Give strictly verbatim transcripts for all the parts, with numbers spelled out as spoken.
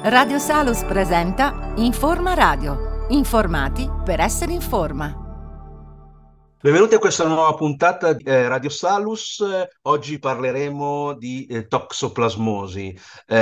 Radio Salus presenta Informa Radio. Informati per essere in forma. Benvenuti a questa nuova puntata di eh, Radio Salus. Eh, Oggi parleremo di eh, toxoplasmosi,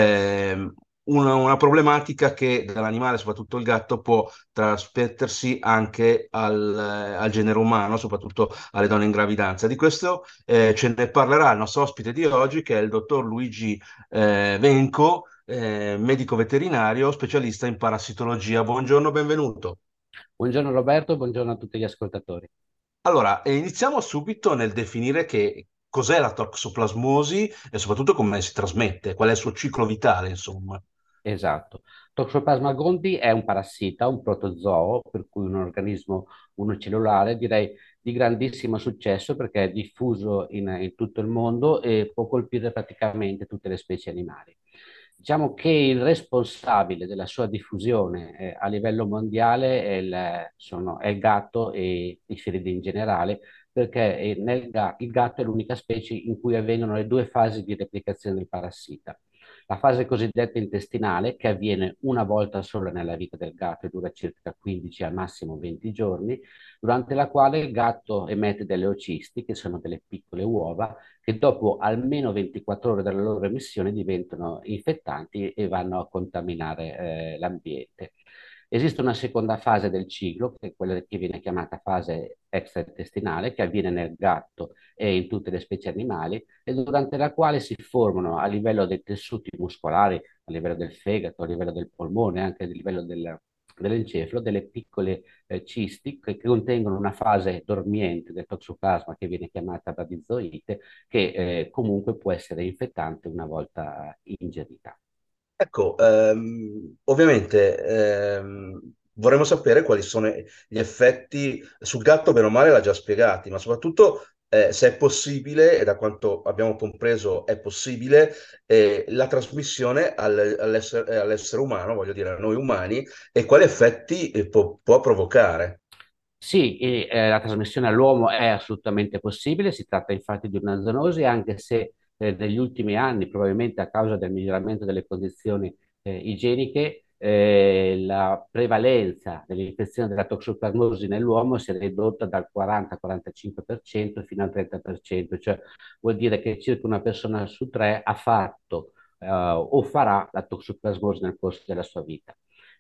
ehm, una, una problematica che dall'animale, soprattutto il gatto, può trasmettersi anche al, eh, al genere umano, soprattutto alle donne in gravidanza. Di questo eh, ce ne parlerà il nostro ospite di oggi, che è il dottor Luigi eh, Venco, eh, medico veterinario, specialista in parassitologia. Buongiorno, benvenuto. Buongiorno Roberto, buongiorno a tutti gli ascoltatori. Allora, eh, iniziamo subito nel definire che cos'è la toxoplasmosi e soprattutto come si trasmette, qual è il suo ciclo vitale, insomma. Esatto. Toxoplasma gondii è un parassita, un protozoo, per cui un organismo unicellulare, direi di grandissimo successo perché è diffuso in, in tutto il mondo e può colpire praticamente tutte le specie animali. Diciamo che il responsabile della sua diffusione eh, a livello mondiale è il, sono- è il gatto e i felidi in generale, perché eh, nel ga- il gatto è l'unica specie in cui avvengono le due fasi di replicazione del parassita. La fase cosiddetta intestinale, che avviene una volta sola nella vita del gatto e dura circa quindici al massimo venti giorni, durante la quale il gatto emette delle ocisti, che sono delle piccole uova, che dopo almeno ventiquattro ore dalla loro emissione diventano infettanti e vanno a contaminare eh, l'ambiente. Esiste una seconda fase del ciclo, che è quella che viene chiamata fase extraintestinale, che avviene nel gatto e in tutte le specie animali, e durante la quale si formano a livello dei tessuti muscolari, a livello del fegato, a livello del polmone, anche a livello del, dell'encefalo, delle piccole eh, cisti che contengono una fase dormiente del toxoplasma che viene chiamata radizoite, che eh, comunque può essere infettante una volta ingerita. Ecco, ehm, ovviamente ehm, vorremmo sapere quali sono gli effetti sul gatto, bene o male l'ha già spiegati, ma soprattutto eh, se è possibile, e da quanto abbiamo compreso è possibile, eh, la trasmissione al- all'essere all'essere umano, voglio dire a noi umani, e quali effetti eh, può può provocare. Sì, e, eh, la trasmissione all'uomo è assolutamente possibile, si tratta infatti di una zoonosi, anche se eh, negli ultimi anni, probabilmente a causa del miglioramento delle condizioni eh, igieniche, eh, la prevalenza dell'infezione della toxoplasmosi nell'uomo si è ridotta dal quaranta-quarantacinque per cento fino al trenta per cento, cioè vuol dire che circa una persona su tre ha fatto eh, o farà la toxoplasmosi nel corso della sua vita.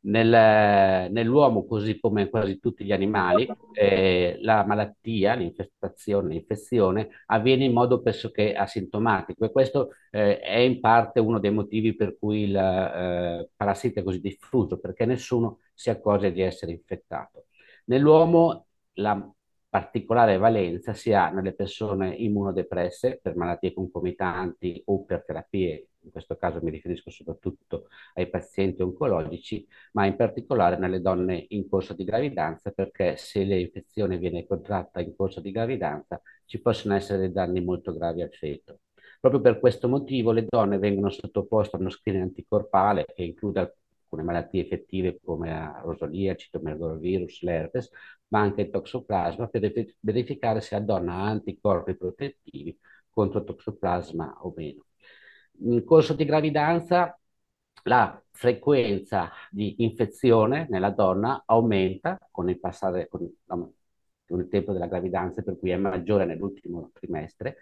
Nel- nell'uomo, così come in quasi tutti gli animali, eh, la malattia, l'infestazione, l'infezione avviene in modo pressoché asintomatico e questo eh, è in parte uno dei motivi per cui il eh, parassita è così diffuso, perché nessuno si accorge di essere infettato. Nell'uomo la particolare valenza si ha nelle persone immunodepresse per malattie concomitanti o per terapie, in questo caso mi riferisco soprattutto ai pazienti oncologici, ma in particolare nelle donne in corso di gravidanza, perché se l'infezione viene contratta in corso di gravidanza ci possono essere dei danni molto gravi al feto. Proprio per questo motivo le donne vengono sottoposte a uno screening anticorpale che include alcune malattie infettive come la rosolia, il citomegalovirus, l'herpes, ma anche il toxoplasma, per verificare se la donna ha anticorpi protettivi contro toxoplasma o meno. In corso di gravidanza la frequenza di infezione nella donna aumenta con il passare, con, con il tempo della gravidanza, per cui è maggiore nell'ultimo trimestre,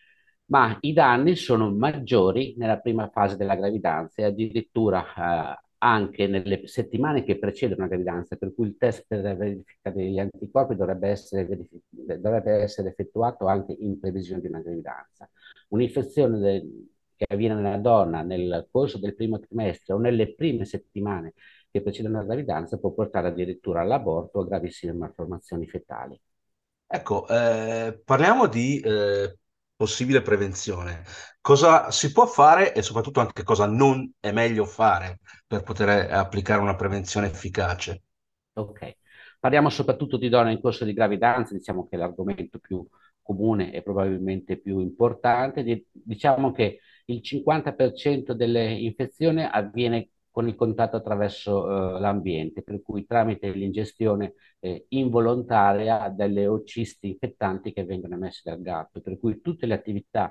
ma i danni sono maggiori nella prima fase della gravidanza e addirittura eh, anche nelle settimane che precedono la gravidanza, per cui il test per la verifica degli anticorpi dovrebbe essere, verific- dovrebbe essere effettuato anche in previsione di una gravidanza. Un'infezione del- che avviene nella donna nel corso del primo trimestre o nelle prime settimane che precedono la gravidanza può portare addirittura all'aborto o a gravissime malformazioni fetali. Ecco, eh, parliamo di eh, possibile prevenzione. Cosa si può fare e soprattutto anche cosa non è meglio fare per poter applicare una prevenzione efficace? Ok, parliamo soprattutto di donne in corso di gravidanza, diciamo che è l'argomento più comune e probabilmente più importante. Di- Diciamo che il cinquanta per cento delle infezioni avviene con il contatto attraverso eh, l'ambiente, per cui tramite l'ingestione eh, involontaria delle ocisti infettanti che vengono emesse dal gatto, per cui tutte le attività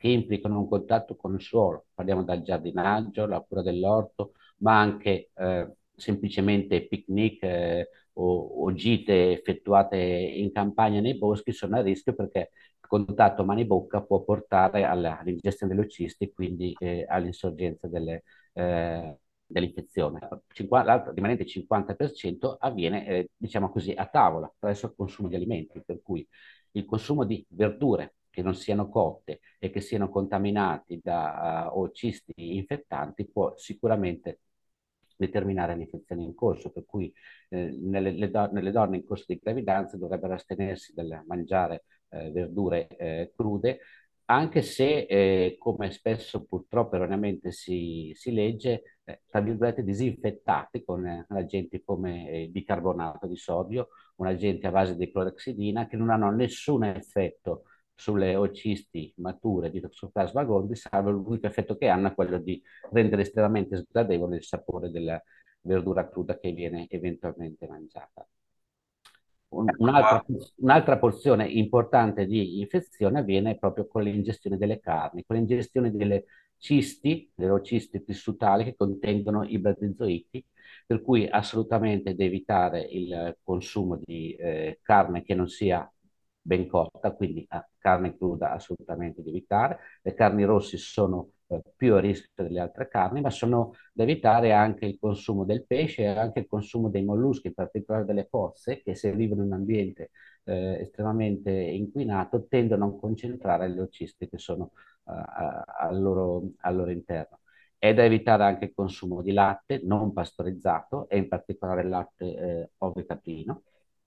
che implicano un contatto con il suolo. Parliamo dal giardinaggio, la cura dell'orto, ma anche eh, semplicemente picnic eh, o, o gite effettuate in campagna nei boschi sono a rischio, perché il contatto mani-bocca può portare alla- all'ingestione delle cisti e quindi eh, all'insorgenza delle, eh, dell'infezione. cinquanta L'altro rimanente cinquanta per cento avviene, eh, diciamo così, a tavola, attraverso il consumo di alimenti, per cui il consumo di verdure che non siano cotte e che siano contaminati da uh, o cisti infettanti può sicuramente determinare l'infezione in corso, per cui eh, nelle, do- nelle donne in corso di gravidanza dovrebbero astenersi dal mangiare eh, verdure eh, crude, anche se, eh, come spesso purtroppo erroneamente si, si legge, eh, tra virgolette disinfettate con eh, agenti come eh, bicarbonato di sodio, un agente a base di clorexidina, che non hanno nessun effetto sulle ocisti mature di Toxoplasma gondii, salvo l'unico effetto che hanno è quello di rendere estremamente sgradevole il sapore della verdura cruda che viene eventualmente mangiata. Un- Ecco, ma Un'altra, un'altra porzione importante di infezione avviene proprio con l'ingestione delle carni, con l'ingestione delle cisti, delle cisti tissutali che contengono i blazzoiti, per cui assolutamente da evitare il consumo di eh, carne che non sia ben cotta, quindi eh, carne cruda assolutamente da evitare. Le carni rosse sono eh, più a rischio delle altre carni, ma sono da evitare anche il consumo del pesce e anche il consumo dei molluschi, in particolare delle pozze, che se vivono in un ambiente eh, estremamente inquinato tendono a concentrare le leucisti che sono eh, a- al loro, al loro interno. È da evitare anche il consumo di latte non pastorizzato e in particolare il latte eh, ovo-caprino.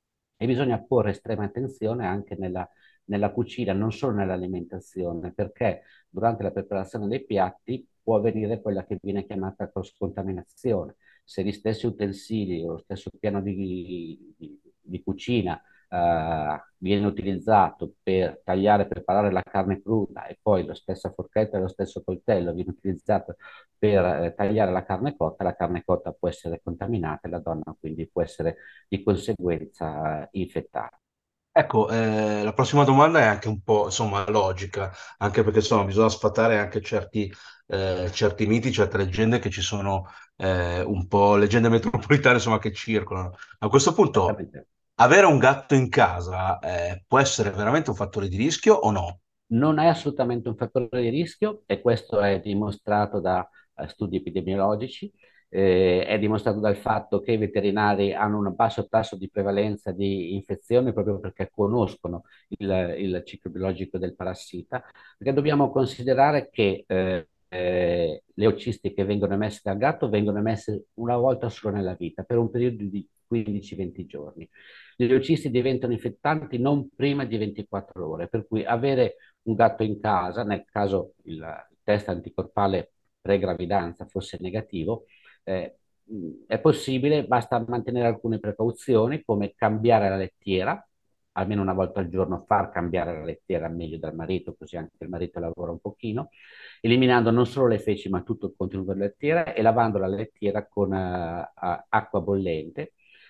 E bisogna porre estrema attenzione anche nella, nella cucina, non solo nell'alimentazione, perché durante la preparazione dei piatti può avvenire quella che viene chiamata cross-contaminazione. Se gli stessi utensili o lo stesso piano di, di- di cucina eh, viene utilizzato per tagliare e preparare la carne cruda e poi la stessa forchetta e lo stesso coltello viene utilizzato per eh, tagliare la carne cotta, la carne cotta può essere contaminata e la donna quindi può essere di conseguenza eh, infettata. ecco, eh, la prossima domanda è anche un po', insomma, logica, anche perché insomma, bisogna sfatare anche certi, eh, certi miti, certe leggende che ci sono, eh, un po' leggende metropolitane, insomma, che circolano. A questo punto, Certamente. avere un gatto in casa, eh, può essere veramente un fattore di rischio o no? Non è assolutamente un fattore di rischio e questo è dimostrato da eh, studi epidemiologici, eh, è dimostrato dal fatto che i veterinari hanno un basso tasso di prevalenza di infezioni proprio perché conoscono il, il ciclo biologico del parassita, perché dobbiamo considerare che eh, eh, le ocisti che vengono emesse dal gatto vengono emesse una volta solo nella vita, per un periodo di quindici venti giorni. Le leucisti diventano infettanti non prima di ventiquattro ore, per cui avere un gatto in casa, nel caso il test anticorpale pre-gravidanza fosse negativo, eh, mh, è possibile, basta mantenere alcune precauzioni come cambiare la lettiera, almeno una volta al giorno far cambiare la lettiera meglio dal marito, così anche il marito lavora un pochino, eliminando non solo le feci ma tutto il contenuto della lettiera e lavando la lettiera con eh, a- acqua bollente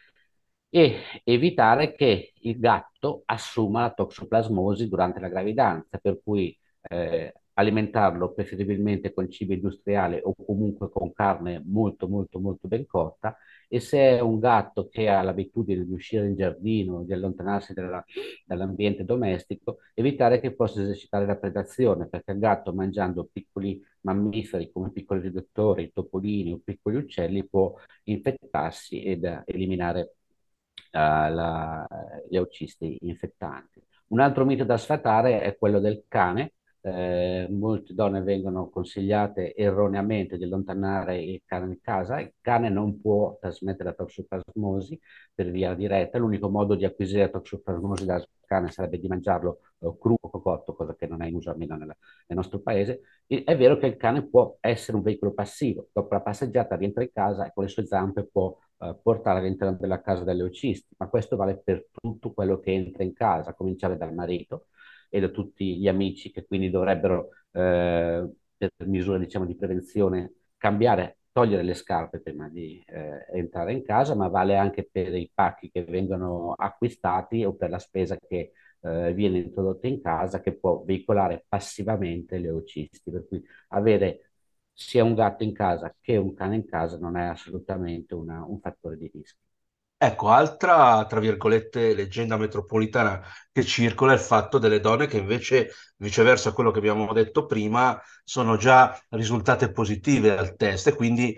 e evitare che il gatto assuma la toxoplasmosi durante la gravidanza, per cui eh, alimentarlo preferibilmente con cibo industriale o comunque con carne molto molto molto ben cotta e se è un gatto che ha l'abitudine di uscire in giardino, di allontanarsi dalla- dall'ambiente domestico, evitare che possa esercitare la predazione, perché il gatto mangiando piccoli mammiferi come piccoli riduttori, topolini o piccoli uccelli può infettarsi ed eh, eliminare eh, la- le leucisti infettanti. Un altro mito da sfatare è quello del cane. Eh, molte donne vengono consigliate erroneamente di allontanare il cane in casa. Il cane non può trasmettere la toxoplasmosi per via diretta. L'unico modo di acquisire la toxoplasmosi dal cane sarebbe di mangiarlo eh, crudo o cotto, cosa che non è in uso almeno nella- nel nostro paese. E è vero che il cane può essere un veicolo passivo. Dopo la passeggiata rientra in casa e con le sue zampe può eh, portare all'interno della casa delle leucisti, ma questo vale per tutto quello che entra in casa, a cominciare dal marito e da tutti gli amici che quindi dovrebbero, eh, per misure diciamo di prevenzione, cambiare, togliere le scarpe prima di eh, entrare in casa, ma vale anche per i pacchi che vengono acquistati o per la spesa che eh, viene introdotta in casa che può veicolare passivamente le oocisti, per cui avere sia un gatto in casa che un cane in casa non è assolutamente una- un fattore di rischio. Ecco, altra, tra virgolette, leggenda metropolitana che circola è il fatto delle donne che invece, viceversa a quello che abbiamo detto prima, sono già risultate positive al test e quindi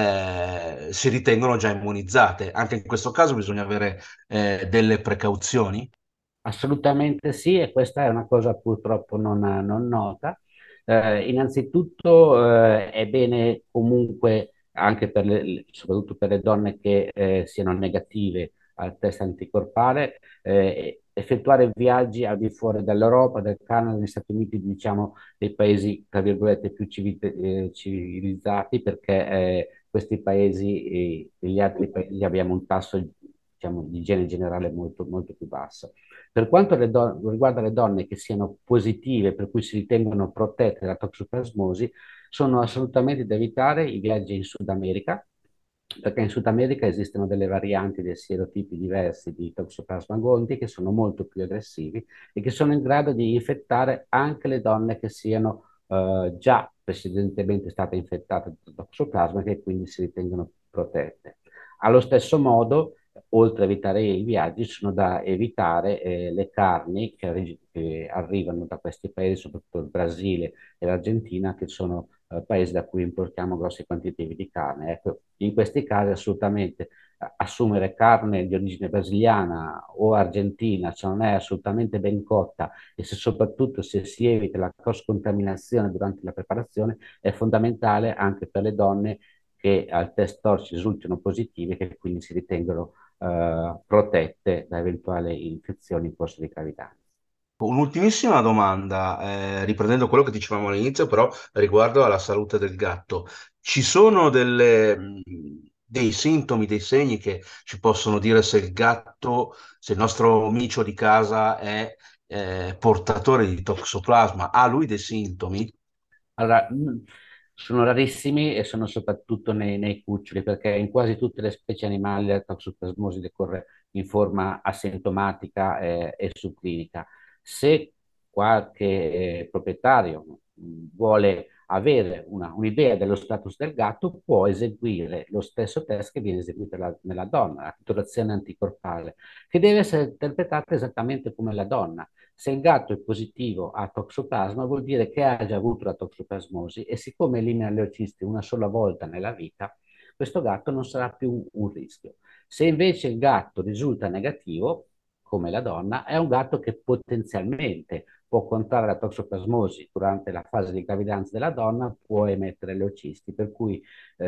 eh, si ritengono già immunizzate. Anche in questo caso bisogna avere eh, delle precauzioni. Assolutamente sì, e questa è una cosa purtroppo non, non nota. Eh, innanzitutto eh, è bene comunque, anche per le, soprattutto per le donne che eh, siano negative al test anticorpale, eh, effettuare viaggi al di fuori dall'Europa, del Canada, degli Stati Uniti, diciamo dei paesi, tra virgolette, più civi- eh, civilizzati, perché eh, questi paesi e gli altri paesi abbiamo un tasso, diciamo, di igiene generale molto, molto più basso. Per quanto le don- riguarda le donne che siano positive, per cui si ritengono protette dalla toxoplasmosi, sono assolutamente da evitare i viaggi in Sud America, perché in Sud America esistono delle varianti dei sierotipi diversi di Toxoplasma gondii che sono molto più aggressivi e che sono in grado di infettare anche le donne che siano eh, già precedentemente state infettate da Toxoplasma e che quindi si ritengono protette. Allo stesso modo, oltre a evitare i viaggi, sono da evitare eh, le carni che, arri- che arrivano da questi paesi, soprattutto il Brasile e l'Argentina, che sono eh, paesi da cui importiamo grossi quantitativi di carne. Ecco, in questi casi assolutamente eh, assumere carne di origine brasiliana o argentina, se non è assolutamente ben cotta e se soprattutto se si evita la cross-contaminazione durante la preparazione, è fondamentale anche per le donne che al test torci risultino positive e che quindi si ritengono eh, protette da eventuali infezioni in corso di gravidanza. Un'ultimissima domanda, eh, riprendendo quello che dicevamo all'inizio, però riguardo alla salute del gatto. Ci sono delle, mh, dei sintomi, dei segni che ci possono dire se il gatto, se il nostro micio di casa è eh, portatore di toxoplasma? Ha lui dei sintomi? Allora, mh, sono rarissimi e sono soprattutto nei, nei cuccioli, perché in quasi tutte le specie animali la toxoplasmosi decorre in forma asintomatica eh, e subclinica. Se qualche eh, proprietario mh, vuole avere una- un'idea dello status del gatto, può eseguire lo stesso test che viene eseguito la- nella donna, la titolazione anticorpale, che deve essere interpretata esattamente come la donna. Se il gatto è positivo a toxoplasma, vuol dire che ha già avuto la toxoplasmosi e siccome elimina le leucisti una sola volta nella vita, questo gatto non sarà più un rischio. Se invece il gatto risulta negativo, come la donna, è un gatto che potenzialmente può contrarre la toxoplasmosi durante la fase di gravidanza della donna, può emettere leucisti, per cui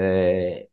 eh,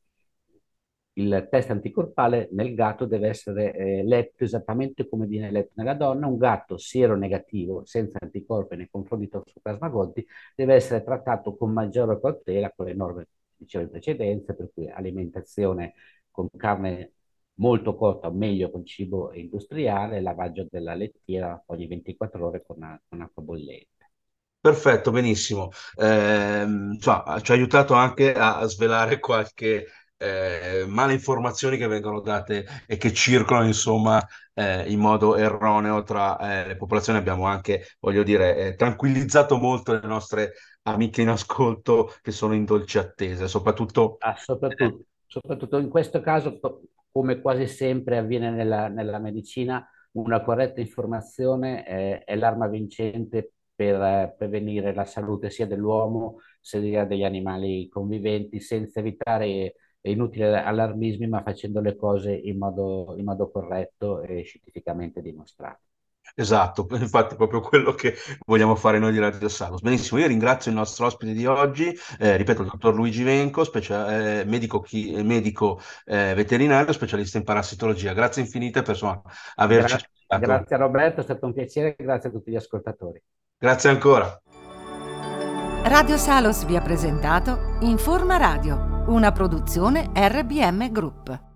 il test anticorpale nel gatto deve essere eh, letto esattamente come viene letto nella donna. Un gatto sieronegativo, senza anticorpi nei confronti di Toxoplasma gondii, deve essere trattato con maggiore cautela, con le norme che dicevo in precedenza, per cui alimentazione con carne molto cotta, o meglio con cibo industriale, lavaggio della lettiera ogni ventiquattro ore con, con acqua bollente. Perfetto, benissimo. Ehm, insomma, ci ha aiutato anche a, a svelare qualche eh, male informazioni che vengono date e che circolano, insomma, eh, in modo erroneo tra eh, le popolazioni. Abbiamo anche, voglio dire, eh, tranquillizzato molto le nostre amiche in ascolto che sono in dolce attesa, soprattutto. Ah, soprattutto, soprattutto in questo caso, co- come quasi sempre avviene nella, nella medicina, una corretta informazione è, è l'arma vincente per eh, prevenire la salute sia dell'uomo sia degli animali conviventi, senza evitare inutili allarmismi, ma facendo le cose in modo, in modo corretto e scientificamente dimostrato. Esatto, infatti è proprio quello che vogliamo fare noi di Radio Salus. Benissimo, io ringrazio il nostro ospite di oggi, eh, ripeto, il dottor Luigi Venco, specia- eh, medico, chi- eh, medico, eh, veterinario, specialista in parassitologia. Grazie infinite per insomma, averci Gra- ascoltato. grazie a Roberto, è stato un piacere, grazie a tutti gli ascoltatori. Grazie ancora. Radio Salos vi ha presentato Informa Radio, una produzione R B M Group.